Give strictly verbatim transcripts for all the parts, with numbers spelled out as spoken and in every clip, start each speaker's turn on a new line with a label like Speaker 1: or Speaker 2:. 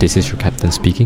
Speaker 1: This is your captain speaking.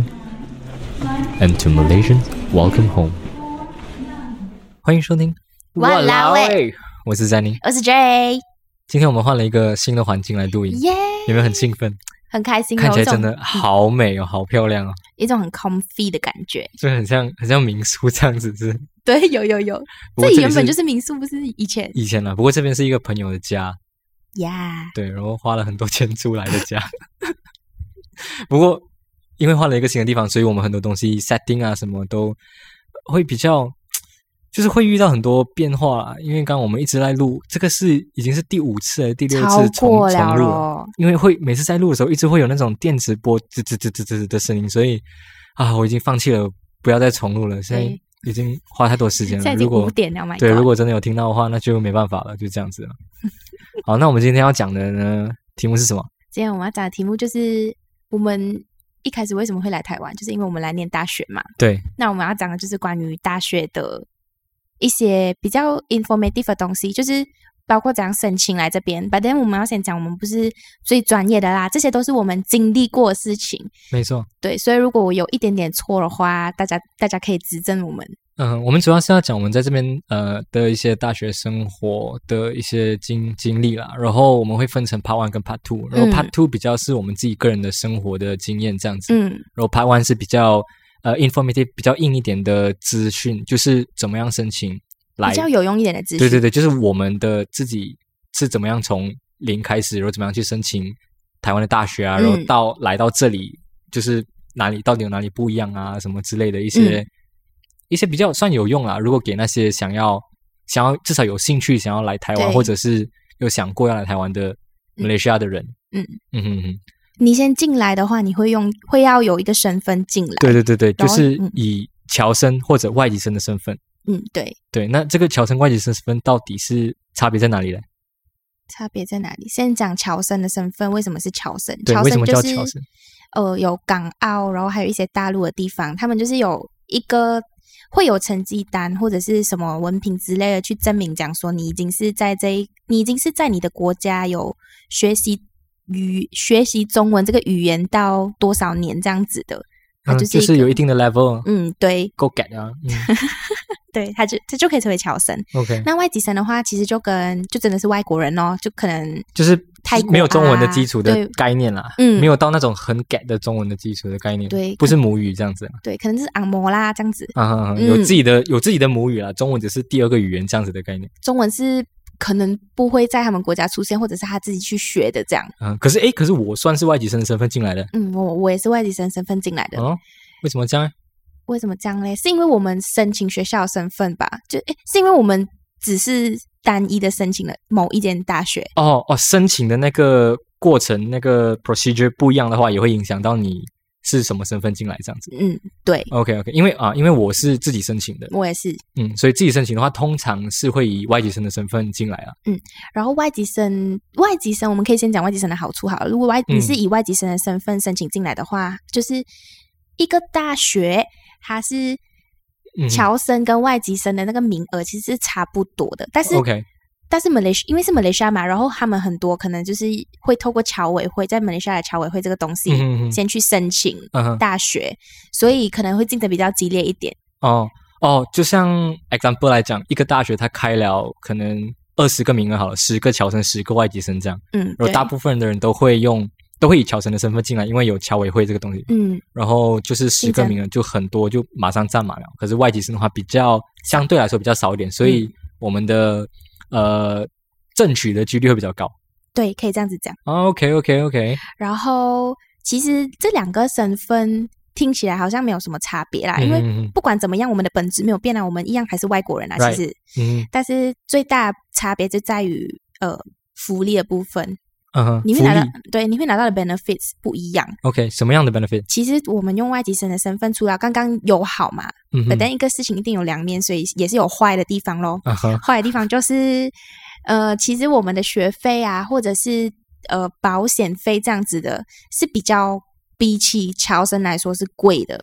Speaker 1: And to Malaysians, welcome home. 欢迎收听
Speaker 2: 哇啦喂，
Speaker 1: 我是 Zanny，
Speaker 2: 我是 J。
Speaker 1: 今天我们换了一个新的环境来录音，
Speaker 2: 耶、
Speaker 1: 有没有很兴奋？
Speaker 2: 很开心，
Speaker 1: 看起来真的好美哦，好漂亮哦，
Speaker 2: 一种很 comfy 的感觉，
Speaker 1: 就很像很像民宿这样子是。
Speaker 2: 对，有有有，这里原本就是民宿，不是以前
Speaker 1: 以前啦，不过这边是一个朋友的家
Speaker 2: 呀， yeah.
Speaker 1: 对，然后花了很多钱租来的家。不过因为换了一个新的地方，所以我们很多东西 setting 啊什么都会比较，就是会遇到很多变化啦。因为刚刚我们一直在录，这个是已经是第五次还是第六次重重录了，因为会每次在录的时候一直会有那种电磁波吱吱吱吱吱的声音，所以啊，我已经放弃了，不要再重录了。现在已经花太多时间了，
Speaker 2: 现在已经五点了，
Speaker 1: Oh、对，如果真的有听到的话，那就没办法了，就这样子了。好，那我们今天要讲的呢，题目是什么？
Speaker 2: 今天我们要讲的题目就是我们一开始为什么会来台湾，就是因为我们来念大学嘛。
Speaker 1: 对。
Speaker 2: 那我们要讲的就是关于大学的一些比较 informative 的东西，就是包括怎样申请来这边。But then 我们要先讲，我们不是最专业的啦，这些都是我们经历过的事情。
Speaker 1: 没错。
Speaker 2: 对，所以如果我有一点点错的话，大家大家可以指正我们。
Speaker 1: 嗯，我们主要是要讲我们在这边呃的一些大学生活的一些经经历啦，然后我们会分成 Part One 跟 Part Two， 然后 Part Two 比较是我们自己个人的生活的经验这样子，嗯，然后 Part One 是比较呃 informative 比较硬一点的资讯，就是怎么样申请来
Speaker 2: 比较有用一点的资讯，
Speaker 1: 对对对，就是我们的自己是怎么样从零开始，然后怎么样去申请台湾的大学啊，然后到、嗯、来到这里就是哪里到底有哪里不一样啊什么之类的一些。嗯一些比较算有用啦，如果给那些想要想要至少有兴趣想要来台湾，或者是有想过要来台湾的马来西亚的人，嗯嗯哼哼，
Speaker 2: 你先进来的话，你会用会要有一个身份进来，
Speaker 1: 对对对对，就是以侨生或者外籍生的身份，
Speaker 2: 嗯对
Speaker 1: 对，那这个侨生外籍生身份到底是差别在哪里呢？
Speaker 2: 差别在哪里？先讲侨生的身份，为什么是侨生？
Speaker 1: 对，为什么叫
Speaker 2: 侨
Speaker 1: 侨生？
Speaker 2: 呃，有港澳，然后还有一些大陆的地方，他们就是有一个。会有成绩单或者是什么文凭之类的去证明讲说你已经是在这一你已经是在你的国家有学习语学习中文这个语言到多少年这样子的，它就是、
Speaker 1: 嗯、就是有一定的 level，
Speaker 2: 嗯对，
Speaker 1: 够 get 啊，嗯、
Speaker 2: 对，他就他就可以成为侨生。
Speaker 1: OK，
Speaker 2: 那外籍生的话，其实就跟就真的是外国人哦，就可能
Speaker 1: 就是
Speaker 2: 泰国、啊、
Speaker 1: 没有中文的基础的概念啦，嗯，没有到那种很 get 的中文的基础的概念，
Speaker 2: 对，
Speaker 1: 不是母语这样子，
Speaker 2: 对，可能是昂摩啦这样子，
Speaker 1: 啊、嗯，有自己的有自己的母语啦，中文只是第二个语言这样子的概念，
Speaker 2: 中文是可能不会在他们国家出现，或者是他自己去学的这样，
Speaker 1: 嗯，可是诶，可是我算是外籍生的身份进来的，
Speaker 2: 嗯，我我也是外籍生身份进来的，
Speaker 1: 哦，为什么这样？
Speaker 2: 为什么这样呢？是因为我们申请学校的身份吧？就诶，是因为我们只是单一的申请了某一间大学。
Speaker 1: 哦哦，申请的那个过程、那个 procedure 不一样的话，也会影响到你是什么身份进来这样子。
Speaker 2: 嗯，对。
Speaker 1: OK OK， 因为啊，因为我是自己申请的，
Speaker 2: 我也是。
Speaker 1: 嗯，所以自己申请的话，通常是会以外籍生的身份进来啊。
Speaker 2: 嗯，然后外籍生，外籍生我们可以先讲外籍生的好处好了。如果外你是以外籍生的身份申请进来的话，嗯、就是一个大学。它是侨生跟外籍生的那个名额其实是差不多的，但是
Speaker 1: OK，
Speaker 2: 但是马来西亚因为是马来西亚嘛，然后他们很多可能就是会透过侨委会，在马来西亚的侨委会这个东西先去申请大学，嗯、所以可能会竞争比较激烈一点。
Speaker 1: 哦哦，就像 example 来讲，一个大学它开了可能二十个名额好了，十个侨生，十个外籍生这样，嗯，然后大部分的人都会用。都会以侨生的身份进来，因为有侨委会这个东西，嗯，然后就是十个名额就很多，就马上占满了。可是外籍生的话比较相对来说比较少一点，所以我们的、嗯、呃争取的几率会比较高。
Speaker 2: 对，可以这样子讲。
Speaker 1: Oh, OK OK OK。
Speaker 2: 然后其实这两个身份听起来好像没有什么差别啦，嗯、因为不管怎么样，我们的本质没有变啊，我们一样还是外国人啊。其实，嗯，但是最大差别就在于呃福利的部分。
Speaker 1: 嗯哼，
Speaker 2: 你会拿到对，你会拿到的 benefits 不一样。
Speaker 1: OK， 什么样的 benefit？
Speaker 2: 其实我们用外籍生的身份，除了刚刚有好嘛，嗯，但一个事情一定有两面，所以也是有坏的地方咯。Uh huh. 坏的地方就是，呃，其实我们的学费啊，或者是呃保险费这样子的，是比较比起侨生来说是贵的。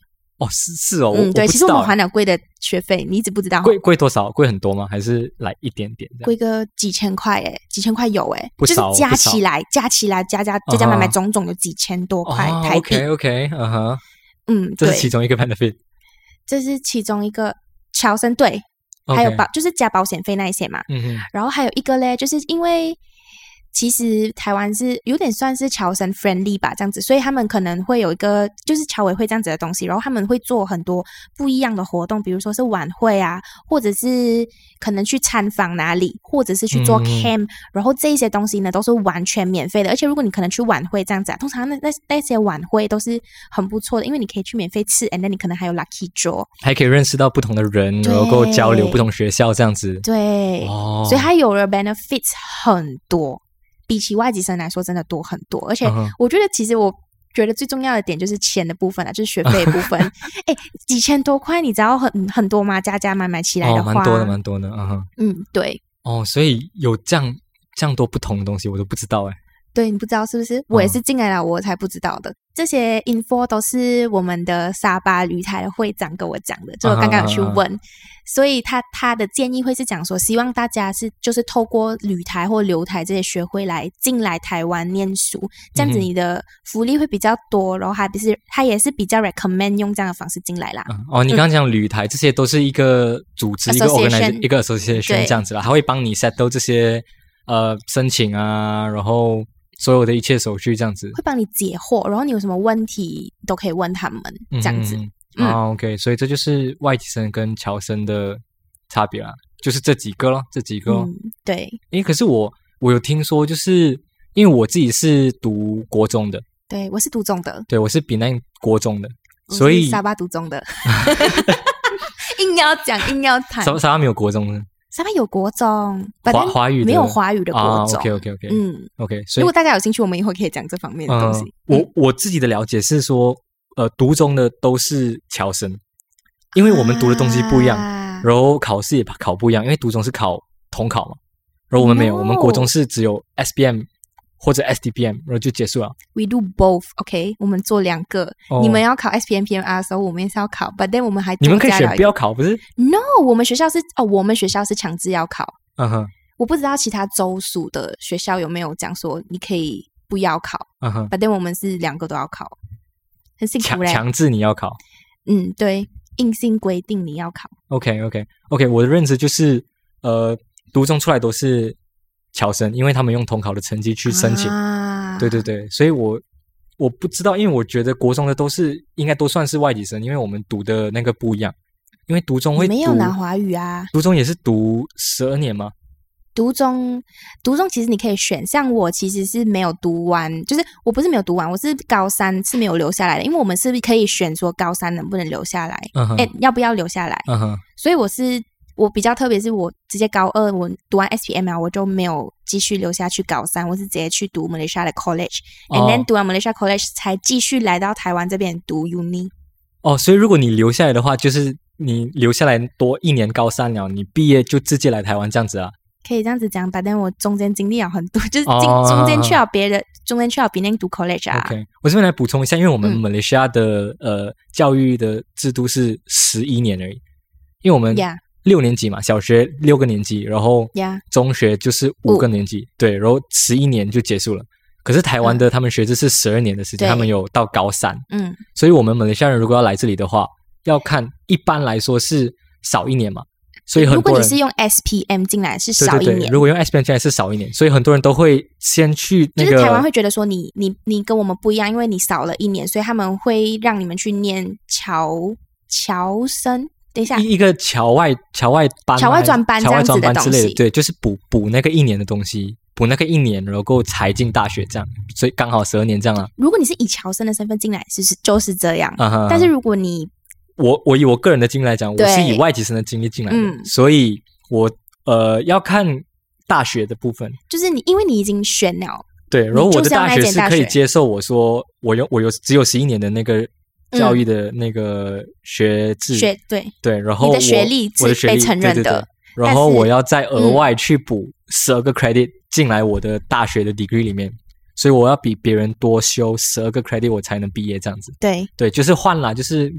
Speaker 1: 哦，是是哦，
Speaker 2: 嗯，对，其实我们还
Speaker 1: 还
Speaker 2: 了贵的学费，你一直不知道。
Speaker 1: 贵贵多少？贵很多吗？还是来一点点？
Speaker 2: 贵个几千块诶，几千块有诶，
Speaker 1: 不少，
Speaker 2: 就是加起来加起来加加加加买买总总有几千多块台币。
Speaker 1: OK OK， 嗯哼，
Speaker 2: 嗯，
Speaker 1: 这是其中一个 benefit，
Speaker 2: 这是其中一个侨生对，
Speaker 1: okay.
Speaker 2: 还有保就是加保险费那一些嘛。
Speaker 1: 嗯哼，
Speaker 2: 然后还有一个嘞，就是因为。其实台湾是有点算是侨生 friendly 吧，这样子，所以他们可能会有一个就是侨委会这样子的东西，然后他们会做很多不一样的活动，比如说是晚会啊，或者是可能去参访哪里，或者是去做 camp，、嗯、然后这一些东西呢都是完全免费的，而且如果你可能去晚会这样子啊，通常那那那些晚会都是很不错的，因为你可以去免费吃 ，and then 你可能还有 lucky draw，
Speaker 1: 还可以认识到不同的人，然后交流不同学校这样子，
Speaker 2: 对，哦、所以它有了 benefits 很多。比起外籍生来说真的多很多，而且我觉得其实我觉得最重要的点就是钱的部分啊，就是学费的部分。哎，几千多块你知道很很多吗？加加买买起来的话，
Speaker 1: 蛮、哦、多的蛮多的，嗯哼，
Speaker 2: 嗯，对。
Speaker 1: 哦，所以有这样这样多不同的东西我都不知道哎。
Speaker 2: 对，你不知道是不是？我也是进来了我才不知道的。哦、这些 info 都是我们的沙巴旅台的会长跟我讲的，就我刚刚有去问，啊、所以他他的建议会是讲说，希望大家是就是透过旅台或留台这些学会来进来台湾念书，这样子你的福利会比较多，然后还不是他也是比较 recommend 用这样的方式进来啦。
Speaker 1: 嗯、哦，你刚刚讲旅台、嗯、这些都是一个组织，一个 organization， 一个 association 这样子啦，他会帮你 settle 这些呃申请啊，然后。所有的一切手续这样子，
Speaker 2: 会帮你解惑，然后你有什么问题都可以问他们，这样子。
Speaker 1: 嗯嗯、啊 ，OK， 所以这就是外籍生跟侨生的差别啦，就是这几个咯，这几个咯。
Speaker 2: 嗯，对。
Speaker 1: 诶，可是我我有听说，就是因为我自己是读国中的，
Speaker 2: 对，我是读中的，
Speaker 1: 对，我是比那国中的，所以
Speaker 2: 沙巴读中的，硬要讲硬要谈，
Speaker 1: 沙沙巴没有国中的。
Speaker 2: 沙巴有国中，
Speaker 1: 华华语
Speaker 2: 没有华语的国中。
Speaker 1: 啊、OK OK OK，
Speaker 2: 嗯
Speaker 1: OK， 所以
Speaker 2: 如果大家有兴趣，我们以后可以讲这方面的东西。
Speaker 1: 呃、我我自己的了解是说，呃，读中的都是侨生，因为我们读的东西不一样，啊、然后考试也考不一样，因为读中是考统考嘛，然后我们没有， no. 我们国中是只有 S B M 或者 S D P M， 然后就结束了。
Speaker 2: We do both， OK， 我们做两个。哦、你们要考 S P M P M R 的时候，我们也是要考 ，But then 我们还
Speaker 1: 你们可以选不要考，不是
Speaker 2: ？No， 我们学校是哦，我们学校是强制要考。
Speaker 1: 嗯哼，
Speaker 2: 我不知道其他州属的学校有没有讲说你可以不要考。
Speaker 1: 嗯哼
Speaker 2: ，But then 我们是两个都要考，很辛苦嘞。
Speaker 1: 强制你要考。
Speaker 2: 嗯，对，硬性规定你要考。
Speaker 1: OK OK OK， 我的认知就是呃，读中出来都是侨生，因为他们用统考的成绩去申请。啊，对对对，所以我我不知道，因为我觉得国中的都是应该都算是外籍生，因为我们读的那个不一样。因为读中会读
Speaker 2: 没有拿华语啊，
Speaker 1: 读中也是读十二年吗？
Speaker 2: 读中读中其实你可以选，像我其实是没有读完，就是我不是没有读完，我是高三是没有留下来的，因为我们是可以选说高三能不能留下来，哎、uh-huh. 要不要留下来，
Speaker 1: uh-huh.
Speaker 2: 所以我是我比较特别，是我直接高二我读完 S P M L 我就没有继续留下去高三，我是直接去读马来西亚的 college，and、oh. then 读完马来西亚 college 才继续来到台湾这边读 uni。
Speaker 1: 哦，所以如果你留下来的话，就是你留下来多一年高三了，你毕业就直接来台湾这样子啊？
Speaker 2: 可以这样子讲吧，但我中间经历了很多，就是经、oh. 中间去了别的，中间去了别人读 college 啊。
Speaker 1: OK， 我这边来补充一下，因为我们马来西亚的、嗯、呃教育的制度是十一年而已，因为我们六年级嘛， yeah. 小学六个年级，然后中学就是五个年级，
Speaker 2: yeah.
Speaker 1: 对，然后十一年就结束了。可是台湾的他们学制是十二年的时间、嗯，他们有到高三，
Speaker 2: 嗯，
Speaker 1: 所以我们马来西亚人如果要来这里的话，要看一般来说是少一年嘛，所以很多人
Speaker 2: 如果你是用 S P M 进来是少一年，
Speaker 1: 对对对，如果用 S P M 进来是少一年，所以很多人都会先去那个，
Speaker 2: 就是台湾会觉得说你你你跟我们不一样，因为你少了一年，所以他们会让你们去念侨侨生。等一下，
Speaker 1: 一个侨外侨外班、
Speaker 2: 侨外专班、
Speaker 1: 侨外专班之类
Speaker 2: 的，
Speaker 1: 对，就是补补那个一年的东西。补那个一年，然后才进大学这样，所以刚好十二年这样啊。
Speaker 2: 如果你是以侨生的身份进来，是是就是这样。
Speaker 1: Uh-huh.
Speaker 2: 但是如果你
Speaker 1: 我我以我个人的经历来讲，我是以外籍生的经历进来的，嗯、所以我呃要看大学的部分，
Speaker 2: 就是你因为你已经选了，
Speaker 1: 对，然后我的大学是可以接受我说我有我有只有十一年的那个教育的那个学制，
Speaker 2: 嗯、学对
Speaker 1: 对，然后我
Speaker 2: 你的学历是被承认的。
Speaker 1: 对对对，然后我要再额外去补十二个 credit 进来我的大学的 degree 里面，所以我要比别人多修十二个 credit 我才能毕业这样子。
Speaker 2: 对
Speaker 1: 对，就是换啦，就是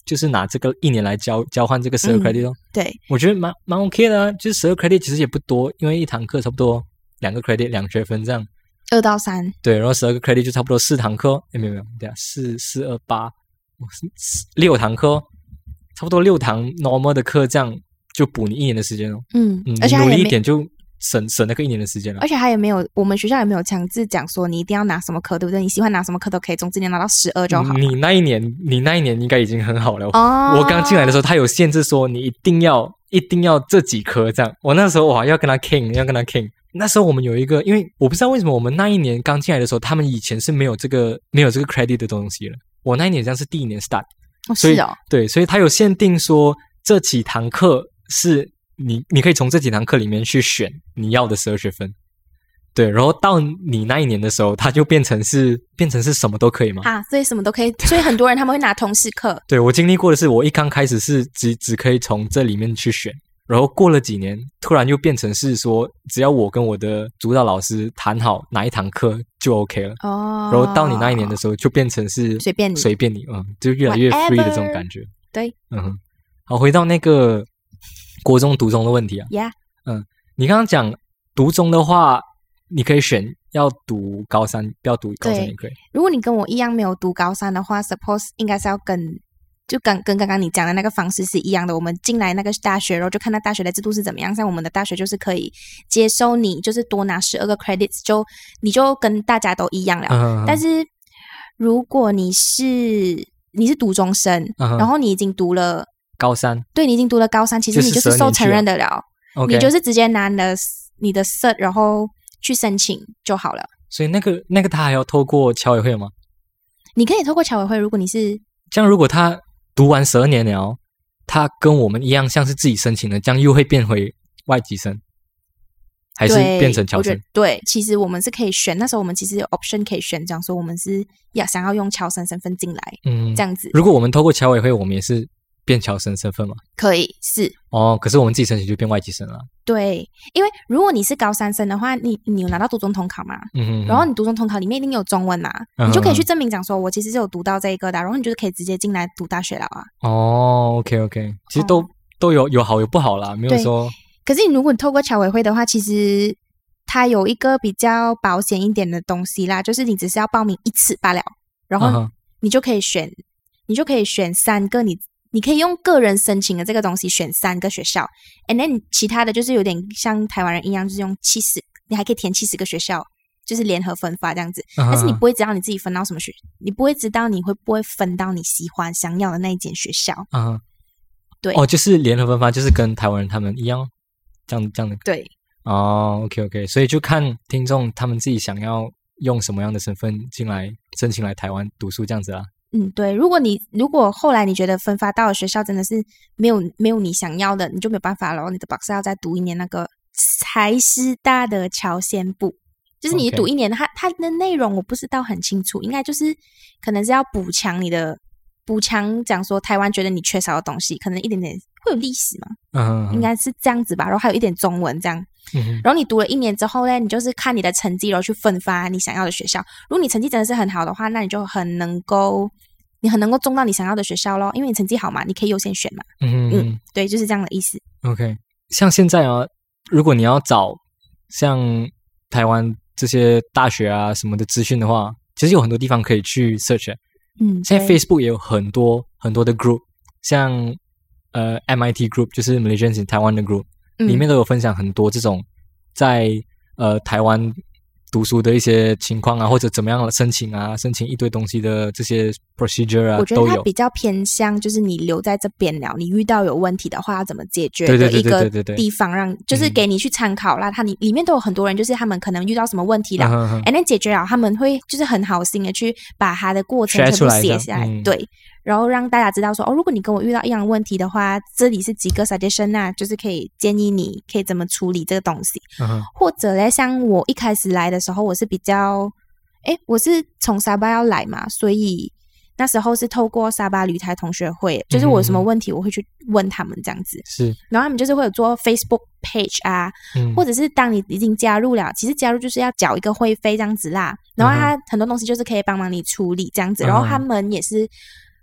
Speaker 1: 就是拿这个一年来交交换这个十二 credit 哦、嗯。
Speaker 2: 对，
Speaker 1: 我觉得蛮蛮 OK 的啊，就是十二 credit 其实也不多，因为一堂课差不多两个 credit 两学分这样。
Speaker 2: 二到三。对，
Speaker 1: 然后十二个 credit 就差不多四堂课，诶没有没有，对啊，四四二八，六堂课，差不多六堂 normal 的课，这样就补你一年的时间哦。
Speaker 2: 嗯，嗯而且努
Speaker 1: 力一点就。省省那个一年的时间了，
Speaker 2: 而且还有没有我们学校也没有强制讲说你一定要拿什么科，对不对？你喜欢拿什么科都可以，总之你拿到十二就好。
Speaker 1: 你那一年，你那一年应该已经很好了。哦，我刚进来的时候，他有限制说你一定要一定要这几科这样。我那时候哇要跟他 king 要跟他 king。那时候我们有一个，因为我不知道为什么我们那一年刚进来的时候，他们以前是没有这个没有这个 credit 的东西了。我那一年这样是第一年 start，、
Speaker 2: 哦、是哦，
Speaker 1: 对，所以他有限定说这几堂课是。你你可以从这几堂课里面去选你要的十二学分，对，然后到你那一年的时候，它就变成是变成是什么都可以吗？
Speaker 2: 啊，所以什么都可以，所以很多人他们会拿通识课。
Speaker 1: 对，我经历过的是，我一刚开始是只只可以从这里面去选，然后过了几年，突然又变成是说，只要我跟我的主导老师谈好哪一堂课就 OK 了。哦，然后到你那一年的时候，就变成是
Speaker 2: 随便你
Speaker 1: 随便你，嗯，就越来越 free 的这种感觉。
Speaker 2: 对，
Speaker 1: 嗯哼，好，回到那个。国中读中的问题啊
Speaker 2: ，Yeah，
Speaker 1: 嗯，你刚刚讲读中的话，你可以选要读高三，不要读高三也可以。
Speaker 2: 如果你跟我一样没有读高三的话 ，suppose 应该是要跟就跟跟刚刚你讲的那个方式是一样的。我们进来那个大学，然后就看到大学的制度是怎么样。像我们的大学就是可以接收你，就是多拿十二个 credits， 就你就跟大家都一样了。嗯、但是如果你是你是读中生，嗯、然后你已经读了。
Speaker 1: 高三，
Speaker 2: 对，你已经读了高三，其实你就是受承认的了，你就是直接拿你的你的 cert， 然后去申请就好了。
Speaker 1: 所以那个那个他还要透过侨委会吗？
Speaker 2: 你可以透过侨委会，如果你是
Speaker 1: 这样，如果他读完十二年了，他跟我们一样，像是自己申请的，这样又会变回外籍生，还是变成侨生？
Speaker 2: 对，其实我们是可以选，那时候我们其实有 option 可以选，这样说我们是要想要用侨生身份进来，嗯，这样子。
Speaker 1: 如果我们透过侨委会，我们也是。变侨生身份吗？
Speaker 2: 可以是
Speaker 1: 哦，可是我们自己申请就变外籍生了。
Speaker 2: 对，因为如果你是高三生的话，你你有拿到读中统考嘛？嗯哼哼，然后你读中统考里面一定有中文嘛，嗯、你就可以去证明讲说，我其实是有读到这一个的，然后你就是可以直接进来读大学了啊。
Speaker 1: 哦 ，OK OK， 其实都、哦、都有有好有不好啦，没有说。
Speaker 2: 可是你如果你透过侨委会的话，其实它有一个比较保险一点的东西啦，就是你只是要报名一次罢了，然后你就可以选，嗯、你就可以选三个你。你可以用个人申请的这个东西选三个学校 ，and then 其他的就是有点像台湾人一样，就是用七十，你还可以填七十个学校，就是联合分发这样子。Uh-huh. 但是你不会知道你自己分到什么学，你不会知道你会不会分到你喜欢想要的那一间学校。啊、uh-huh. 对，
Speaker 1: 哦，就是联合分发，就是跟台湾人他们一样，这样这样的。
Speaker 2: 对，
Speaker 1: 哦 ，OK OK， 所以就看听众他们自己想要用什么样的身份进来申请来台湾读书这样子啊。
Speaker 2: 嗯，对，如果你如果后来你觉得分发到的学校真的是没有没有你想要的，你就没有办法了，你的博士要再读一年那个台师大的侨先部，就是你读一年， okay. 它它的内容我不知道很清楚，应该就是可能是要补强你的补强，讲说台湾觉得你缺少的东西，可能一点点会有历史嘛，嗯、uh-huh. 应该是这样子吧，然后还有一点中文这样。Uh-huh. 然后你读了一年之后呢，你就是看你的成绩，然后去分发你想要的学校。如果你成绩真的是很好的话，那你就很能够，你很能够中到你想要的学校咯，因为你成绩好嘛，你可以优先选嘛。Uh-huh. 嗯，对，就是这样的意思。
Speaker 1: OK， 像现在啊，如果你要找像台湾这些大学啊什么的资讯的话，其实有很多地方可以去 search。嗯，现在 Facebook 也有很多很多的 group， 像呃 M I T group， 就是 Malaysians in Taiwan 的 group。里面都有分享很多这种在呃台湾读书的一些情况啊，或者怎么样申请啊，申请一堆东西的这些 procedure 啊，
Speaker 2: 我觉得它比较偏向就是你留在这边了，你遇到有问题的话要怎么解决的一个地方，让就是给你去参考啦。它里里面都有很多人，就是他们可能遇到什么问题了，然后解决了，他们会就是很好心的去把它的过程全部写下来，嗯、对。然后让大家知道说，哦，如果你跟我遇到一样的问题的话，这里是几个 suggestion 啊，就是可以建议你可以怎么处理这个东西。Uh-huh. 或者呢，像我一开始来的时候，我是比较，诶，我是从沙巴要来嘛，所以那时候是透过沙巴旅台同学会，就是我有什么问题，我会去问他们这样子。
Speaker 1: 是，
Speaker 2: 然后他们就是会有做 Facebook page 啊，嗯、或者是当你已经加入了，其实加入就是要缴一个会费这样子啦。然后他很多东西就是可以帮忙你处理这样子，然后他们也是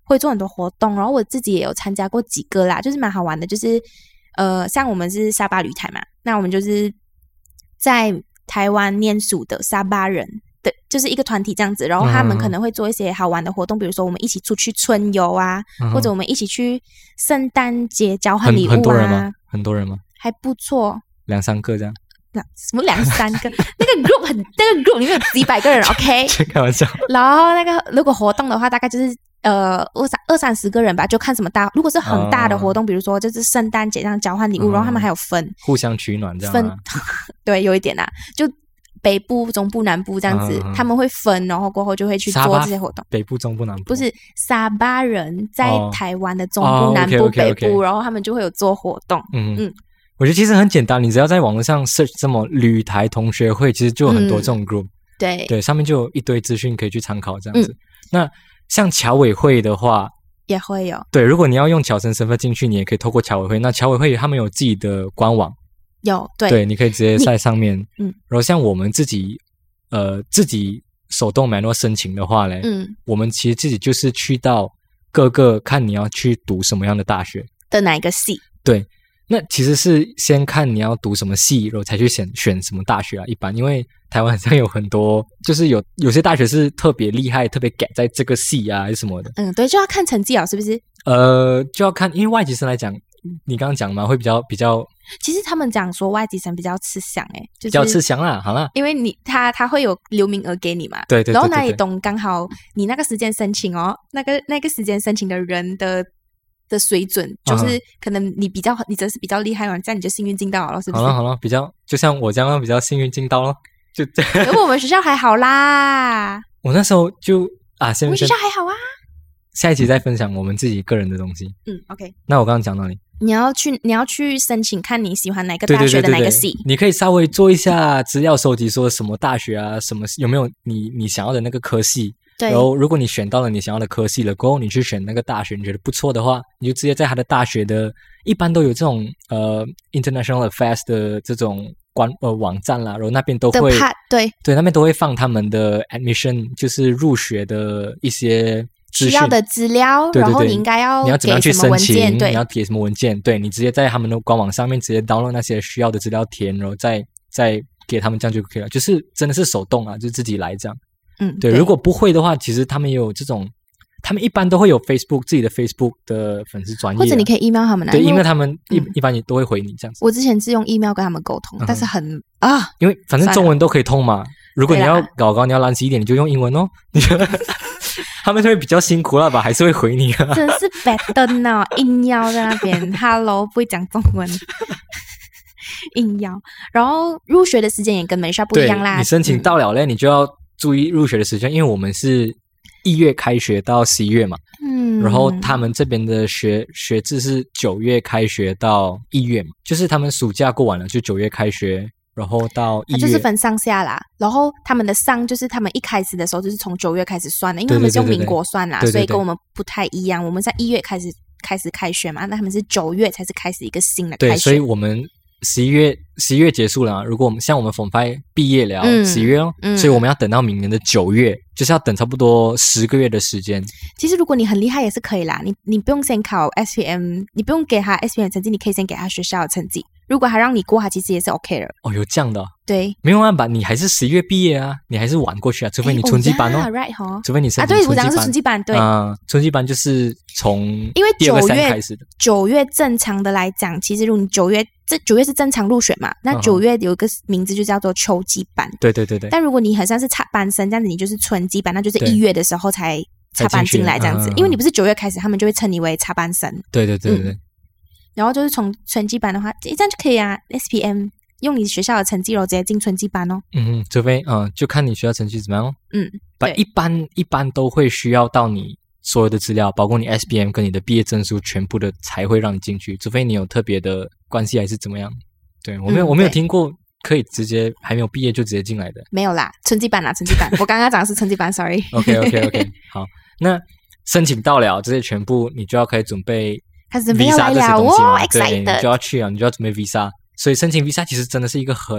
Speaker 2: 会做很多活动，然后我自己也有参加过几个啦，就是蛮好玩的。就是呃，像我们是沙巴旅台嘛，那我们就是在台湾念书的沙巴人的，就是一个团体这样子。然后他们可能会做一些好玩的活动，比如说我们一起出去春游啊，嗯、或者我们一起去圣诞节交换礼物啊。
Speaker 1: 很, 很多人吗？很多人吗？
Speaker 2: 还不错，
Speaker 1: 两三个这样。
Speaker 2: 什么两三个？那个 group 很，那个 group 里面有几百个人 ，OK？
Speaker 1: 开玩笑。
Speaker 2: 然后那个如果活动的话，大概就是呃二三二三十个人吧，就看什么大。如果是很大的活动，哦、比如说就是圣诞节这样交换礼物，嗯、然后他们还有分，
Speaker 1: 互相取暖这样、啊。
Speaker 2: 分对，有一点啦，就北部、中部、南部这样子，嗯、他们会分，然后过后就会去做这些活动。
Speaker 1: 北部、中部、南部
Speaker 2: 不是沙巴人在台湾的中部、哦、南部、哦、okay, okay, okay. 北部，然后他们就会有做活动。嗯嗯。
Speaker 1: 我觉得其实很简单，你只要在网络上 search 这么旅台同学会，其实就有很多这种 group，、嗯、
Speaker 2: 对
Speaker 1: 对，上面就有一堆资讯可以去参考这样子。嗯、那像侨委会的话，
Speaker 2: 也会有。
Speaker 1: 对，如果你要用侨生身份进去，你也可以透过侨委会。那侨委会他们有自己的官网，
Speaker 2: 有对，
Speaker 1: 对，你可以直接在上面。嗯，然后像我们自己呃自己手动 manual 申请的话嘞，嗯，我们其实自己就是去到各个看你要去读什么样的大学
Speaker 2: 的哪一个系，
Speaker 1: 对。那其实是先看你要读什么系，然后才去选选什么大学啊。一般因为台湾好像有很多，就是有有些大学是特别厉害，特别给在这个系啊，还是什么的。
Speaker 2: 嗯，对，就要看成绩啊，是不是？
Speaker 1: 呃，就要看，因为外籍生来讲，你刚刚讲嘛，会比较比较。
Speaker 2: 其实他们讲说外籍生比较吃香诶、欸，就是、
Speaker 1: 比较吃香啦，好啦，
Speaker 2: 因为你他他会有留名额给你嘛，
Speaker 1: 对 对, 对, 对, 对，
Speaker 2: 然后哪里懂刚好你那个时间申请哦，那个那个时间申请的人的。的水准就是可能你比较、uh-huh. 你真是比较厉害嘛，这样你就幸运进到了，是不是？
Speaker 1: 好了好了，比较就像我这样比较幸运进到了，就这样。
Speaker 2: 如果我们学校还好啦，
Speaker 1: 我那时候就啊，先
Speaker 2: 我们学校还好啊。
Speaker 1: 下一集再分享我们自己个人的东西。
Speaker 2: 嗯 ，OK。
Speaker 1: 那我刚刚讲哪里？
Speaker 2: 你要去你要去申请，看你喜欢哪个大学的哪个系。
Speaker 1: 你可以稍微做一下资料收集，说什么大学啊，什么有没有你你想要的那个科系。
Speaker 2: 对，
Speaker 1: 然后如果你选到了你想要的科系了过后，你去选那个大学，你觉得不错的话，你就直接在他的大学的，一般都有这种呃 international affairs 的这种官呃网站啦，然后那边都会
Speaker 2: 对
Speaker 1: 对那边都会放他们的 admission， 就是入学的一些
Speaker 2: 需要的资料，
Speaker 1: 对对对，
Speaker 2: 然后你应该要
Speaker 1: 你要怎么样去申请，
Speaker 2: 对，
Speaker 1: 你要填什么文件，对，你直接在他们的官网上面直接 download 那些需要的资料填，然后再再给他们这样就可以了，就是真的是手动啊，就自己来这样。
Speaker 2: 嗯，
Speaker 1: 对，如果不会的话，其实他们也有这种，他们一般都会有 Facebook 自己的 Facebook 的粉丝专页、啊，
Speaker 2: 或者你可以 email 他们来，
Speaker 1: 对 ，email 他们一、嗯、一般也都会回你这样子。
Speaker 2: 我之前是用 email 跟他们沟通，嗯、但是很啊，
Speaker 1: 因为反正中文都可以通嘛。如果你要搞高，你要烂死一点，你就用英文哦。你觉得他们就会比较辛苦了吧？还是会回你啊？
Speaker 2: 真是 bad 灯哦，硬要在那边 ，Hello 不会讲中文。硬要，然后入学的时间也跟美校不一样啦。
Speaker 1: 你申请到了嘞、嗯，你就要注意入学的时间，因为我们是一月开学到十一月嘛，嗯，然后他们这边的学学制是九月开学到一月嘛，就是他们暑假过完了就九月开学，然后到一月，
Speaker 2: 就是分上下啦。然后他们的上就是他们一开始的时候就是从九月开始算的，因为他们是用民国算啦，对对对对，所以跟我们不太一样。我们在一月开始开始开学嘛，那他们是九月才是开始一个新的开学，
Speaker 1: 对，所以我们。十一月十一月结束了、啊，如果我们像我们 Form five 毕业了，十一、嗯、月哦、嗯，所以我们要等到明年的九月，就是要等差不多十个月的时间。
Speaker 2: 其实如果你很厉害也是可以啦，你你不用先考 S P M， 你不用给他 S P M 成绩，你可以先给他学校的成绩。如果他让你过，他其实也是 OK 的。
Speaker 1: 哦，有这样的、啊？
Speaker 2: 对，
Speaker 1: 没有办法，你还是十一月毕业啊，你还是晚过去啊，除非你春季班哦，
Speaker 2: oh yeah, right 哦，
Speaker 1: 除非你申
Speaker 2: 请春季班啊，对，我讲的是春季班，对
Speaker 1: 啊、呃，春季班就是从
Speaker 2: 因为九月
Speaker 1: 开始的，
Speaker 2: 九月正常的来讲，其实如果你九月这九月是正常入学嘛，那九月有一个名字就叫做秋季班，
Speaker 1: 对对对对。
Speaker 2: 但如果你很像是插班生这样子，你就是春季班，那就是一月的时候才插班进来这样子，因为你不是九月开始，他们就会称你为插班生。
Speaker 1: 对对对对对。嗯
Speaker 2: 然后就是从春季班的话，这样就可以啊。S P M 用你学校的成绩，然后直接进春季班哦。
Speaker 1: 嗯，除非嗯、呃，就看你学校成绩怎么样哦。
Speaker 2: 嗯，
Speaker 1: 对，一般一般都会需要到你所有的资料，包括你 S P M 跟你的毕业证书全部的才会让你进去，除非你有特别的关系还是怎么样。对，我没有、嗯、我没有听过可以直接还没有毕业就直接进来的。
Speaker 2: 没有啦，春季班啦，春季班。我刚刚讲的是春季班 ，sorry。
Speaker 1: OK OK OK， 好，那申请到了这些全部，你就要开始准备。
Speaker 2: 开始准备要来了哦 ，excited，
Speaker 1: 你就要去啊，你就要准备 visa， 所以申请 visa 其实真的是一个很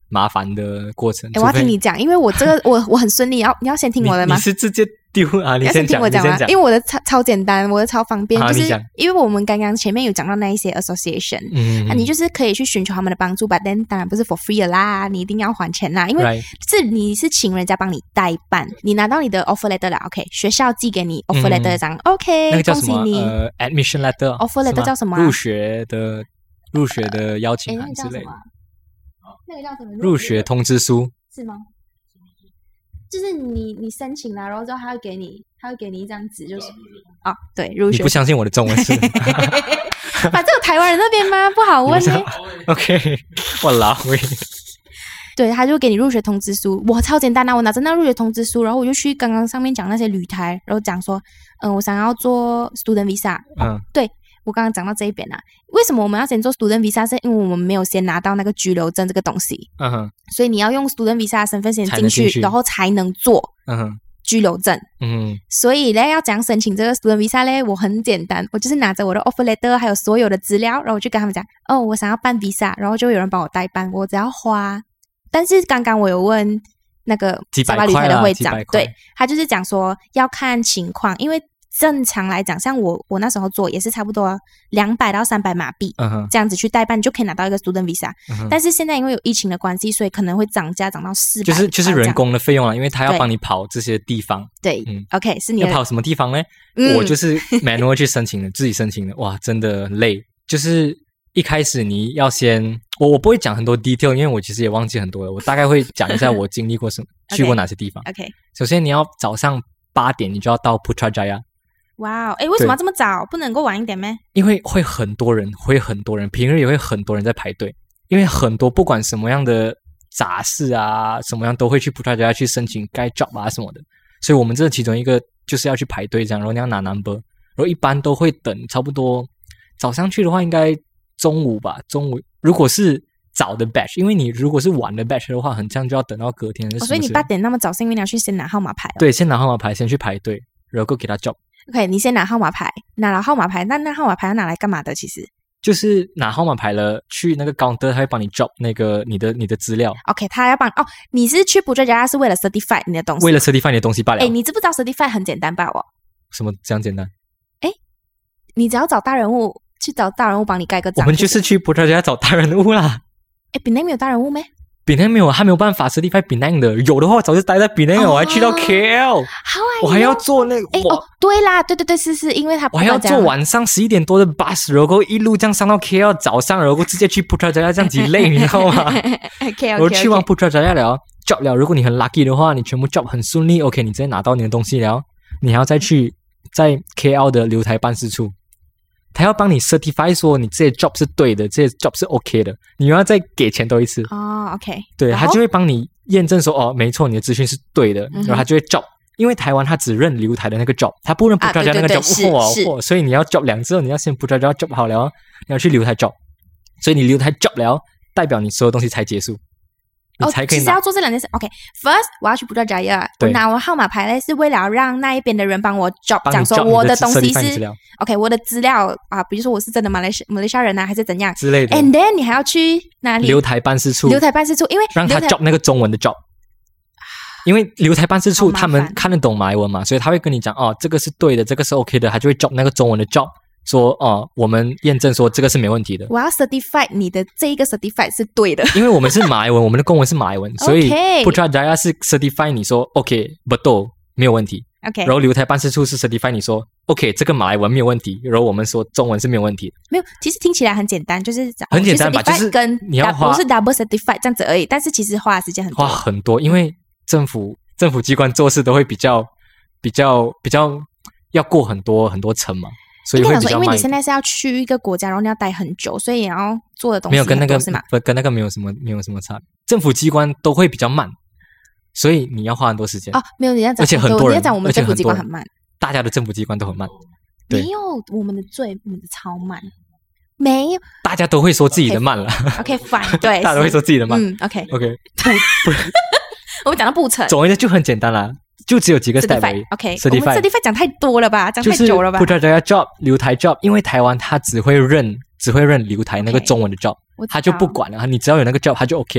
Speaker 1: 麻烦的过程。
Speaker 2: 哎，我要听你讲，因为我这个我我很顺利，要你要先听我的吗？
Speaker 1: 你, 你是直接丢啊？你先
Speaker 2: 听我讲
Speaker 1: 吗？
Speaker 2: 因为我的超超简单，我的超方便，
Speaker 1: 啊、
Speaker 2: 就是因为我们刚刚前面有讲到那一些 association， 嗯，啊，你就是可以去寻求他们的帮助吧，但当然不是 for free 的啦，你一定要还钱啦，因为是你是请人家帮你代办，你拿到你的 offer letter 啦 ，OK， 学校寄给你 offer letter 张、嗯、，OK，
Speaker 1: 那个叫什么？
Speaker 2: 恭喜你
Speaker 1: 呃 ，admission letter，offer
Speaker 2: letter 叫什么、啊？
Speaker 1: 入学的入学的邀请函之类的。
Speaker 2: 那个叫什么？
Speaker 1: 入学通知书
Speaker 2: 是吗？就是你你申请了，然后之后他会给你，他会给你一张纸，就是啊、哦，对，入学。
Speaker 1: 你不相信我的中文是？
Speaker 2: 反正有台湾人那边吗？不好问呢。
Speaker 1: OK， 我老会。
Speaker 2: 对，他就给你入学通知书，哇，超简单啊！我拿着那入学通知书，然后我就去刚刚上面讲那些旅台，然后讲说，嗯、呃，我想要做 student visa，嗯，对。我刚刚讲到这一边啊，为什么我们要先做 student visa？ 是因为我们没有先拿到那个居留证这个东西，嗯哼，所以你要用 student visa 的身份先进去，然后才能做嗯哼居留证，嗯哼，所以呢，要怎样申请这个 student visa 呢？我很简单，我就是拿着我的 offer letter 还有所有的资料，然后我就跟他们讲，哦，我想要办 visa， 然后就有人帮我代办，我只要花。但是刚刚我有问那个沙巴旅台的会长，对，他就是讲说要看情况，因为正常来讲，像我我那时候做也是差不多两百到三百马币、uh-huh. 这样子去代办，你就可以拿到一个 student visa、uh-huh. 但是现在因为有疫情的关系，所以可能会涨价涨到四百，
Speaker 1: 就是就是人工的费用了，因为他要帮你跑这些地方。
Speaker 2: 对、嗯、OK 是你的
Speaker 1: 要跑什么地方呢、嗯、我就是 manual 去申请的自己申请的，哇真的累。就是一开始你要先我我不会讲很多 detail， 因为我其实也忘记很多了，我大概会讲一下我经历过什么okay. 去过哪些地方。
Speaker 2: OK
Speaker 1: 首先你要早上八点你就要到 Putrajaya。
Speaker 2: 哇哦，哎，为什么要这么早？不能够晚一点吗？
Speaker 1: 因为会很多人，会很多人，平日也会很多人在排队。因为很多不管什么样的杂事啊，什么样都会去 Putrajaya 去申请该 job 啊什么的。所以我们这其中一个就是要去排队这样，然后你要拿 number， 然后一般都会等差不多早上去的话，应该中午吧，中午如果是早的 batch， 因为你如果是晚的 batch 的话，很像就要等到隔天。
Speaker 2: 哦，所以你八点那么早，是因为你要去先拿号码牌、哦？
Speaker 1: 对，先拿号码牌，先去排队，然后给他 job。OK，
Speaker 2: 你先拿号码牌，拿了号码牌，那那号码牌要拿来干嘛的？其实
Speaker 1: 就是拿号码牌了，去那个 counter， 他会帮你 job 那个你的你的资料。
Speaker 2: OK， 他要帮哦，你是去 Putrajaya是为了 certify 你的东西，
Speaker 1: 为了 certify 你的东西罢了。
Speaker 2: 哎，你知不知道 certify 很简单吧？哦，
Speaker 1: 什么这样简单？
Speaker 2: 哎，你只要找大人物去找大人物帮你盖个章。
Speaker 1: 我们就是去 Putrajaya找大人物啦。
Speaker 2: 哎，槟城没有大人物咩？
Speaker 1: 槟城没有，他没有办法 certify 槟城的。有的话，我早就待在槟城了，我还去到 K L， 我还要坐那个。
Speaker 2: 哎哦，对啦，对对对，是是，因为他
Speaker 1: 我还要坐晚上十一点多的 bus， 然后一路这样上到 K L， 早上然后直接去 Putrajaya， 这样子累，你知道吗？
Speaker 2: OK OK，
Speaker 1: 我去完 Putrajaya 了 ，job 了。如果你很 lucky 的话，你全部 job 很顺利 ，OK， 你直接拿到你的东西了，你还要再去在 K L 的留台办事处。他要帮你 certify 说你这些 job 是对的，这些 job 是 OK 的，你又要再给钱多一次。
Speaker 2: 哦 OK，
Speaker 1: 对，他就会帮你验证说哦，没错，你的资讯是对的，嗯、然后他就会 job， 因为台湾他只认留台的那个 job， 他不认 Putrajaya 那个 job， 哇、啊、所以你要 job 两次，你要先 Putrajaya job 好了，你要去留台 job， 所以你留台 job 了，代表你所有东西才结束。
Speaker 2: 哦，其实要做这两件事。OK，first， 我要去 Putrajaya， 我拿我号码牌嘞，是为了让那一边的人帮我 job， 讲说我的东西是 OK， 我的资料啊，比如说我是真的马来西马来西亚人啊，还是怎样
Speaker 1: 之类的。
Speaker 2: And then 你还要去哪里？
Speaker 1: 留台办事处。
Speaker 2: 留台办事处，因为
Speaker 1: 让他 job 那个中文的 job， 因为留台办事处他们看得懂马来文嘛，所以他会跟你讲哦，这个是对的，这个是 OK 的，他就会 job 那个中文的 job。说哦，我们验证说这个是没问题的。
Speaker 2: 我要 certify 你的这一个 certify 是对的，
Speaker 1: 因为我们是马来文，我们的公文是马来文，所以 Putrajaya 是 certify 你说 OK betul 没有问题
Speaker 2: ，OK，
Speaker 1: 然后留台办事处是 certify 你说 OK 这个马来文没有问题，然后我们说中文是没有问题的。
Speaker 2: 没有，其实听起来很简单，就是
Speaker 1: 很简单吧，就是
Speaker 2: 跟
Speaker 1: 你要花
Speaker 2: 不是 double certify 这样子而已，但是其实花的时间很多，
Speaker 1: 花很多，因为政府政府机关做事都会比较比较比较要过很多很多层嘛。所以会比较慢，
Speaker 2: 因为你现在是要去一个国家，然后你要待很久，所以你要做的东西
Speaker 1: 没有跟那个
Speaker 2: 是吗？
Speaker 1: 跟那个没有什么没有什么差别。政府机关都会比较慢，所以你要花很多时间。
Speaker 2: 哦，没有你要讲，
Speaker 1: 而且很多人，
Speaker 2: 你要讲我们政府机关很慢，
Speaker 1: 大家的政府机关都很慢。
Speaker 2: 没有我们的最我们的超慢，没有，
Speaker 1: 大家都会说自己的慢了。
Speaker 2: OK fine， 对，
Speaker 1: 大家都会说自己的慢。
Speaker 2: 嗯 ，OK
Speaker 1: OK， 不不，
Speaker 2: 我们讲到步程，
Speaker 1: 总而言之就很简单啦。就只有几个 step 而已。
Speaker 2: OK， 我们 certify 讲太多了吧，讲太久了吧。
Speaker 1: 就是 Putrajaya job 留台 job， 因为台湾他只会认只会认留台那个中文的 job， 他就不管了，你只要有那个 job 他就 OK 了。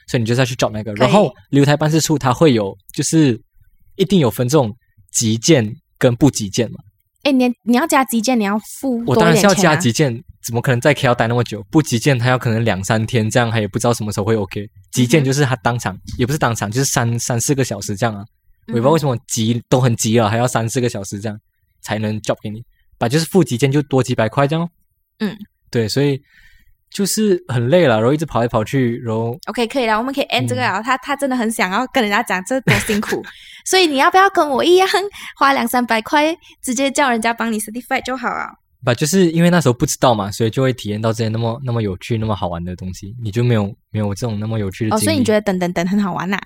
Speaker 1: 所以你就是要去 job 那个。然后留台办事处它会有，就是一定有分这种急件跟不急件嘛。
Speaker 2: 哎，你你要加急件，你要付
Speaker 1: 我当然是要加
Speaker 2: 急
Speaker 1: 急件，怎么可能在 K L 待那么久？不急件，他要可能两三天这样，他也不知道什么时候会 OK。急件就是他当场，嗯、也不是当场，就是三三四个小时这样啊。我也不知道为什么急都很急了，还要三四个小时这样才能 job 给你。把就是付急件就多几百块这样。
Speaker 2: 嗯，
Speaker 1: 对，所以就是很累了，然后一直跑来跑去，然后
Speaker 2: OK 可以了，我们可以 end 这个了。嗯、他他真的很想要跟人家讲这多辛苦，所以你要不要跟我一样花两三百块，直接叫人家帮你 certify 就好了？
Speaker 1: 吧，就是因为那时候不知道嘛，所以就会体验到这些那么那么有趣、那么好玩的东西，你就没有没有这种那么有趣的经历。
Speaker 2: 哦，所以你觉得等等等很好玩呐、啊？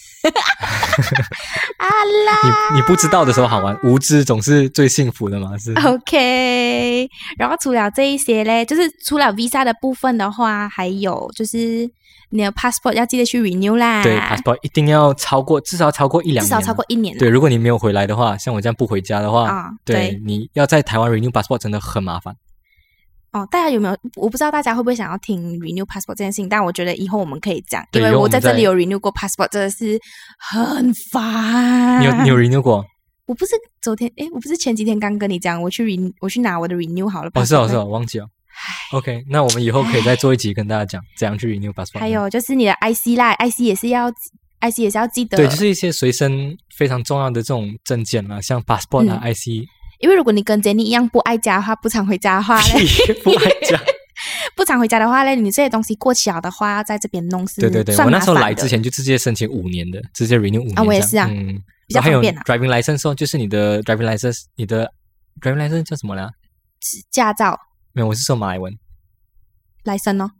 Speaker 2: 啊啦！
Speaker 1: 你你不知道的时候好玩，无知总是最幸福的嘛，是
Speaker 2: OK。然后除了这一些嘞，就是除了 visa 的部分的话，还有就是你的 passport 要记得去 renew 啦。
Speaker 1: 对 ，passport 一定要超过，至少超过一两年，
Speaker 2: 至少超过一年。
Speaker 1: 对，如果你没有回来的话，像我这样不回家的话，
Speaker 2: 啊、
Speaker 1: 对，
Speaker 2: 对，
Speaker 1: 你要在台湾 renew passport 真的很麻烦。
Speaker 2: 哦，大家有没有？我不知道大家会不会想要听 renew passport 这件事情，但我觉得以后我们可以讲，因为我在这里有 renew 过 passport， 真的是很烦。
Speaker 1: 你有你有 renew 过？
Speaker 2: 我不是昨天，诶，我不是前几天刚跟你讲，我去 renew， 我去拿我的 renew 好了。
Speaker 1: 哦，是哦，是哦，忘记了。OK， 那我们以后可以再做一集跟大家讲怎样去 renew passport。
Speaker 2: 还有就是你的 I C 啦 ，I C 也是要 I C 也是要记得。
Speaker 1: 对，就是一些随身非常重要的这种证件啦，像 passport 啊、嗯、I C。
Speaker 2: 因为如果你跟 Jenny 一样不爱家的话，不常回家的话嘞，
Speaker 1: 不爱家，
Speaker 2: 不常回家的话嘞，你这些东西过期了的话，要在这边弄是
Speaker 1: 对对对，我那时候来之前就直接申请五年的，直接 renew 五年。
Speaker 2: 啊，我也是啊，
Speaker 1: 嗯，
Speaker 2: 比较方便啊。
Speaker 1: 还有 driving license 哦，就是你的 driving license， 你的 driving license 叫什么啦？
Speaker 2: 驾照。
Speaker 1: 没有，我是说马来文。
Speaker 2: license 哦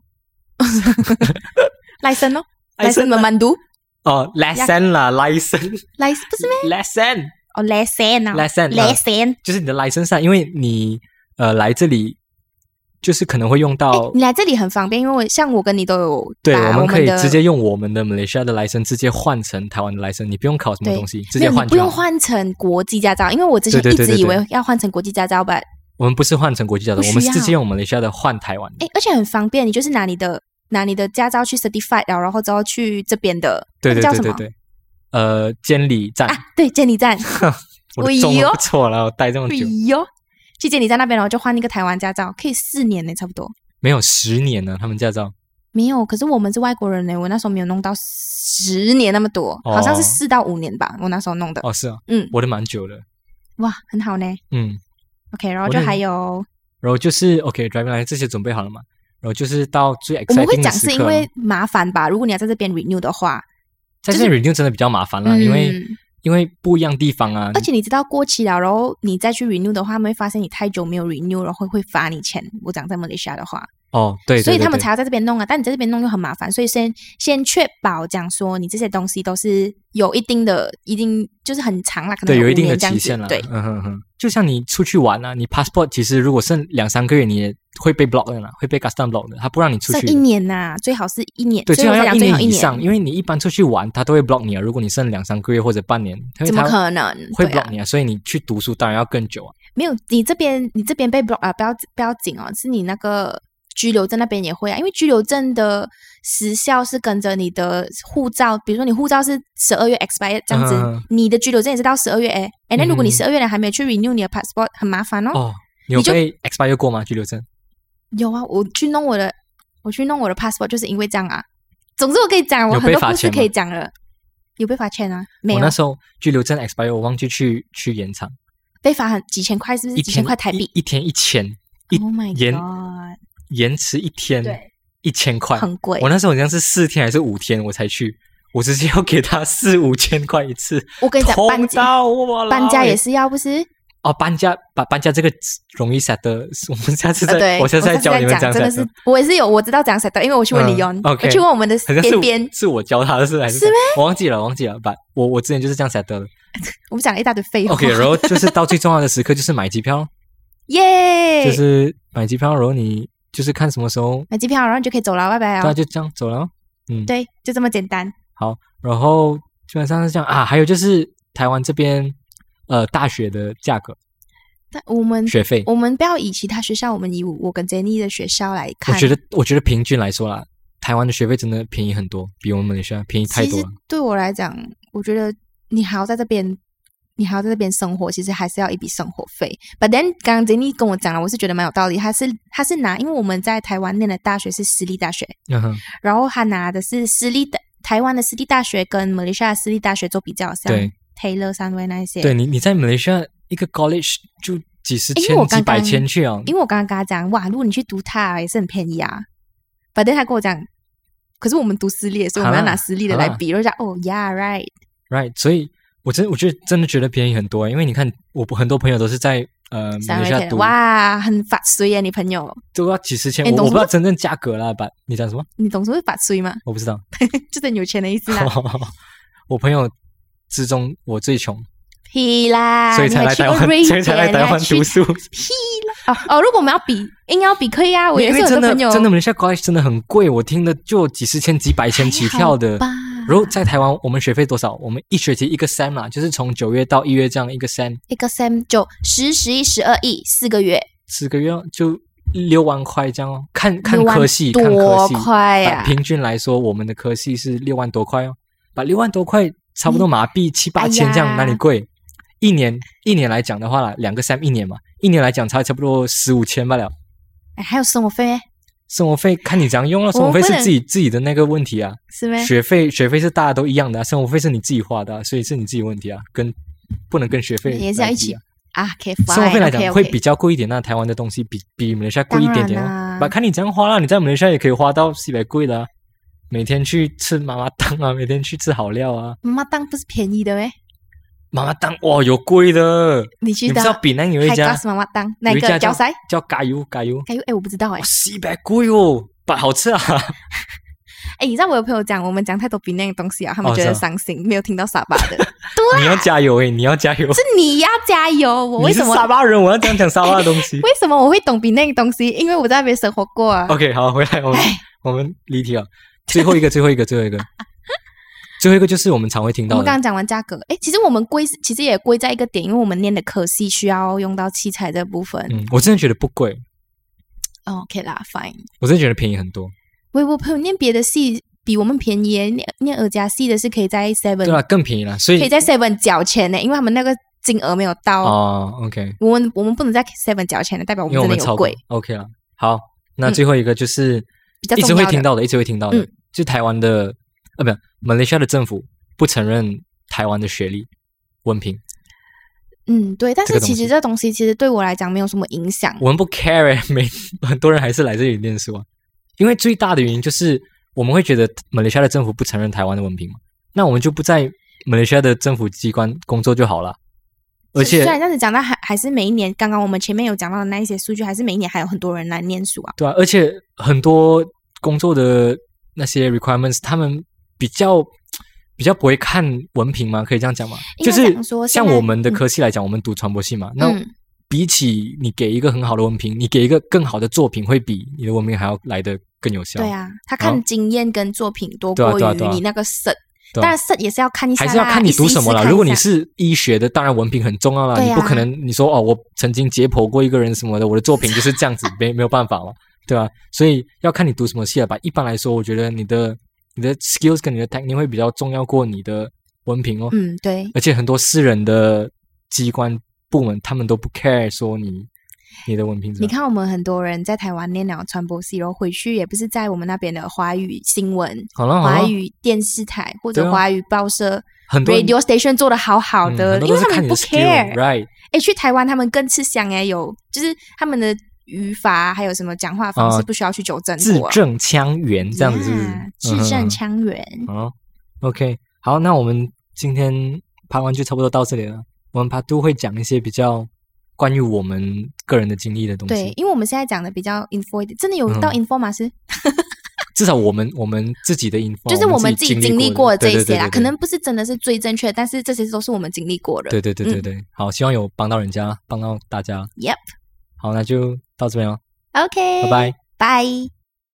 Speaker 2: ，license 哦 ，license 慢慢读。
Speaker 1: 哦 ，lesson 啦 ，license，license
Speaker 2: 不是咩
Speaker 1: ？lesson。
Speaker 2: 哦 ，lesson 啊
Speaker 1: ，lesson，lesson， 就是你的 license 上，因为你呃来这里，就是可能会用到。
Speaker 2: 你来这里很方便，因为我像我跟你都有。
Speaker 1: 对，我们可以
Speaker 2: 的
Speaker 1: 直接用我们的 Malaysia 的 license 直接换成台湾的 license， 你不用考什么东西，直接换就好。
Speaker 2: 不用换成国际驾照，因为我之前一直以为要换成国际驾照吧。
Speaker 1: 我们不是换成国际驾照，我们是直接用 Malaysia 的换台湾的。
Speaker 2: 哎，而且很方便，你就是拿你的拿你的驾照去 certify， 然后之后去这边的。
Speaker 1: 对对对对对。呃，监理站
Speaker 2: 啊，对，监理站。
Speaker 1: 我的中文不错了，我待这么久。
Speaker 2: 哎呦，去监理站那边，然后就换一个台湾驾照，可以四年呢，差不多。
Speaker 1: 没有十年呢，他们驾照。
Speaker 2: 没有，可是我们是外国人呢，我那时候没有弄到十年那么多，哦、好像是四到五年吧，我那时候弄的。
Speaker 1: 哦，是啊，
Speaker 2: 嗯，
Speaker 1: 我的蛮久的。
Speaker 2: 哇，很好呢。
Speaker 1: 嗯
Speaker 2: ，OK， 然后就还有，
Speaker 1: 然后就是 OK，driving license 这些准备好了嘛？然后就是到最 exciting 的时刻。
Speaker 2: 我们会讲是因为麻烦吧？如果你要在这边 renew 的话，
Speaker 1: 在这边 renew 真的比较麻烦了，
Speaker 2: 嗯、
Speaker 1: 因为。因为不一样地方啊，
Speaker 2: 而且你知道过期了，然后你再去 renew 的话，他们会发现你太久没有 renew， 然后会罚你钱。我讲在马来西亚的话，
Speaker 1: 哦，对，对，
Speaker 2: 所以他们才要在这边弄啊。但你在这边弄又很麻烦，所以先先确保讲说你这些东西都是有一定的，一定就是很长啦，可能
Speaker 1: 对，有一定
Speaker 2: 的
Speaker 1: 期限啦。
Speaker 2: 对，
Speaker 1: 嗯哼哼，就像你出去玩啊，你 passport 其实如果剩两三个月，你也会被 block 的啦，会被 custom block 的，他不让你出去。
Speaker 2: 剩一年呐、啊，最好是一年，
Speaker 1: 对，最好要一年以上，
Speaker 2: 年
Speaker 1: 因为你一般出去玩，他都会 block 你啊。如果你剩两三个月或者半年，
Speaker 2: 怎么可能
Speaker 1: 会 block 你啊？所以你去读书当然要更久啊。
Speaker 2: 没有，你这边你这边被 block 啊，不要不要紧哦，是你那个居留证那边也会啊，因为居留证的时效是跟着你的护照，比如说你护照是十二月 expire 这样子，嗯、你的居留证也是到十二月哎，哎，那如果你十二月了还没有去 renew 你的 passport， 很麻烦哦。
Speaker 1: 哦，你有被 expire 过吗？居留证？
Speaker 2: 有啊，我去弄我的，我去弄我的 passport 就是因为这样啊。总之我可以讲，我很多故事可以讲了。有被罚钱啊？没有。
Speaker 1: 我那时候居留证 expire， 我忘记去去延长，
Speaker 2: 被罚很几千块，是不是？几千块台币，
Speaker 1: 一天一千。
Speaker 2: Oh my god！
Speaker 1: 延迟一天，
Speaker 2: 对，
Speaker 1: 一千块，
Speaker 2: 很贵。
Speaker 1: 我那时候好像是四天还是五天我才去，我直接要给他四五千块一次。
Speaker 2: 我跟你讲，搬
Speaker 1: 家
Speaker 2: 搬家也是要不是？
Speaker 1: 哦，搬家把搬家这个容易 set 的，我们下次再，
Speaker 2: 呃、
Speaker 1: 我下次再教你们这样 set 的。
Speaker 2: 真的是，我也是有，我知道怎样 set 的，因为我去问李勇、嗯 okay, 我去问我们的边边，
Speaker 1: 是我教他的是还是？
Speaker 2: 是吗？
Speaker 1: 我忘记了，忘记了。把我我之前就是这样 set 的。
Speaker 2: 我们讲了一大堆废话。
Speaker 1: OK， 然后就是到最重要的时刻，就是买机票。
Speaker 2: 耶！ yeah!
Speaker 1: 就是买机票，然后你就是看什么时候
Speaker 2: 买机票，然后你就可以走了，拜拜哦。
Speaker 1: 对啊，就这样走了。嗯，
Speaker 2: 对，就这么简单。
Speaker 1: 好，然后基本上是这样啊。还有就是台湾这边呃大学的价格。
Speaker 2: 但我们
Speaker 1: 学费，
Speaker 2: 我们不要以其他学校，我们以我跟 Jenny 的学校来看。
Speaker 1: 我觉得，我觉得平均来说啦， 台湾的学费真的便宜很多，比我们马来西亚便宜太多了。
Speaker 2: 其实对我来讲，我觉得你还要在这边，你还要在这边生活，其实还是要一笔生活费。But then 刚刚 Jenny 跟我讲了，我是觉得蛮有道理。他是他是拿，因为我们在台湾念的大学是私立大学，
Speaker 1: 嗯哼，
Speaker 2: 然后他拿的是私立的台湾的私立大学跟马来西亚的私立大学做比较，像
Speaker 1: 对
Speaker 2: Taylor 三位那一些。
Speaker 1: 对你你在马来西亚一个 college 就几十千、
Speaker 2: 因为我刚刚
Speaker 1: 几百千去啊，
Speaker 2: 因为我刚刚跟他讲，哇，如果你去读它也是很便宜啊。But then 他跟我讲，可是我们读私立，所以我们要拿私立的来比。然后讲，哦 ，Yeah, right,
Speaker 1: right， 所以我真我觉得真的觉得便宜很多，因为你看我很多朋友都是在呃马来西亚读，
Speaker 2: 哇，很法税耶，你朋友
Speaker 1: 都要几十千，
Speaker 2: 欸、
Speaker 1: 我我不知道真正价格啦，把你讲什么？
Speaker 2: 你懂什么是法税吗？
Speaker 1: 我不知道，
Speaker 2: 就是很有钱的意思啦。
Speaker 1: 我朋友之中我最穷。
Speaker 2: 屁啦，
Speaker 1: 所以才来台湾，所以才来台湾读书。
Speaker 2: 屁啦！哦哦，如果我们要比，硬要比可以啊。我也是有
Speaker 1: 真的
Speaker 2: 朋友，
Speaker 1: 真的马来西亚 college 真的很贵，我听的就几十千、几百千起跳的。然后在台湾，我们学费多少？我们一学期一个 sem 啦，就是从九月到一月这样一个 sem，
Speaker 2: 一个 sem 就十、十一、十二亿，四个月，
Speaker 1: 四个月就六万块这样哦。看看科系，看科系，
Speaker 2: 多块呀！
Speaker 1: 平均来说，我们的科系是六万多块哦，把六万多块差不多马币七八千这样，哪里贵？一年一年来讲的话啦，两个 sem 一年嘛，一年来讲差差不多十五千罢了。
Speaker 2: 哎，还有生活费？
Speaker 1: 生活费看你怎样用了，生活费是自己自己的那个问题啊。
Speaker 2: 是吗？
Speaker 1: 学费学费是大家都一样的、啊，生活费是你自己花的、啊，所以是你自己问题啊，跟不能跟学费
Speaker 2: 也是要一起啊。可以，生
Speaker 1: 活费来讲会比较贵一点那、啊、台湾的东西比比马来西亚贵一点点哦。把、啊、看你怎样花啦，你在马来西亚也可以花到四百贵的、啊，每天去吃妈妈档啊，每天去吃好料啊。
Speaker 2: 妈妈档不是便宜的咩？
Speaker 1: 妈妈档哇，有贵的。
Speaker 2: 你去
Speaker 1: 你不知道槟榔有一家
Speaker 2: 妈妈档，哪个叫啥？
Speaker 1: 叫加油加油
Speaker 2: 加油！哎，我不知道哎、欸，
Speaker 1: 四百贵哦，不好吃啊。
Speaker 2: 哎，你知道我有朋友讲，我们讲太多槟榔的东西啊，他们觉得伤心，哦、没有听到沙巴的。对、啊，
Speaker 1: 你要加油哎、欸，你要加油，
Speaker 2: 是你要加油。我为什么？
Speaker 1: 你是沙巴人，我要这样讲沙巴的东西。
Speaker 2: 为什么我会懂槟榔的东西？因为我在那边生活过啊。
Speaker 1: OK， 好，回来我们我们离题了。最后一个，最后一个，最后一个。最后一个就是我们常会听到的。
Speaker 2: 我们刚刚讲完价格，哎，其实我们归其实也归在一个点，因为我们念的科系需要用到器材这部分。
Speaker 1: 嗯，我真的觉得不贵。
Speaker 2: 哦 OK 啦 ，Fine。
Speaker 1: 我真的觉得便宜很多。
Speaker 2: 喂，我朋友念别的系比我们便宜耶，念念二加系的是可以在 Seven
Speaker 1: 对啦，更便宜啦，所以
Speaker 2: 可以在 Seven 缴钱呢，因为他们那个金额没有到
Speaker 1: 哦。OK，
Speaker 2: 我们我们不能在 Seven 缴钱的，代表我们真的有贵。
Speaker 1: OK 啦，好，那最后一个就是、嗯、
Speaker 2: 比较
Speaker 1: 一直会听到的，一直会听到的，
Speaker 2: 嗯、
Speaker 1: 就台湾的呃，不是马来西亚的政府。不承认台湾的学历文凭，
Speaker 2: 嗯，对，但是其实这东西其实对我来讲没有什么影响。
Speaker 1: 我们不 care， 没很多人还是来这里念书啊。因为最大的原因就是我们会觉得马来西亚的政府不承认台湾的文凭嘛，那我们就不在马来西亚的政府机关工作就好了。而且虽
Speaker 2: 然这样子讲到还还是每一年，刚刚我们前面有讲到的那一些数据，还是每一年还有很多人来念书啊。
Speaker 1: 对啊，而且很多工作的那些 requirements， 他们比较。比较不会看文凭吗？可以这样讲吗？就是像我们的科系来讲，嗯、我们读传播系嘛，那比起你给一个很好的文凭，你给一个更好的作品，会比你的文凭还要来得更有效。
Speaker 2: 对啊，他看经验跟作品多过于你那个 cert。当然 cert 也是要看一下，
Speaker 1: 还是要看你读什么啦。如果你是医学的，当然文凭很重要啦。啊、你不可能你说哦，我曾经解剖过一个人什么的，我的作品就是这样子，没没有办法嘛，对吧、啊？所以要看你读什么系了吧。一般来说，我觉得你的。你的 skills 跟你的 technique 会比较重要过你的文凭哦。
Speaker 2: 嗯，对。
Speaker 1: 而且很多私人的机关部门，他们都不 care 说你你的文凭。
Speaker 2: 你看，我们很多人在台湾念了传播系，然后回去也不是在我们那边的华语新闻、
Speaker 1: 好了好了
Speaker 2: 华语电视台或者华语报社、
Speaker 1: 很多
Speaker 2: radio station 做得好好的，
Speaker 1: 嗯、
Speaker 2: 因为他们不 care。right？
Speaker 1: 哎，
Speaker 2: 去台湾他们更吃香哎，有就是他们的。语法还有什么讲话方式不需要去纠正过、
Speaker 1: 啊、字正腔圆这样子是不是？
Speaker 2: yeah, 字正腔圆。
Speaker 1: 哦、嗯、，OK， 好，那我们今天 part one 就差不多到这里了。我们 part two 会讲一些比较关于我们个人的经历的东西。
Speaker 2: 对，因为我们现在讲的比较 info， 真的有到 info 吗？是、嗯？
Speaker 1: 至少我们我们自己的 info，
Speaker 2: 就是我们自己经历过的这一些啦，
Speaker 1: 对对对对对，
Speaker 2: 可能不是真的是最正确，但是这些都是我们经历过的。
Speaker 1: 对对对对对，嗯、好，希望有帮到人家，帮到大家。
Speaker 2: Yep。
Speaker 1: 好，那就到这边了。
Speaker 2: OK，
Speaker 1: 拜拜，
Speaker 2: 拜。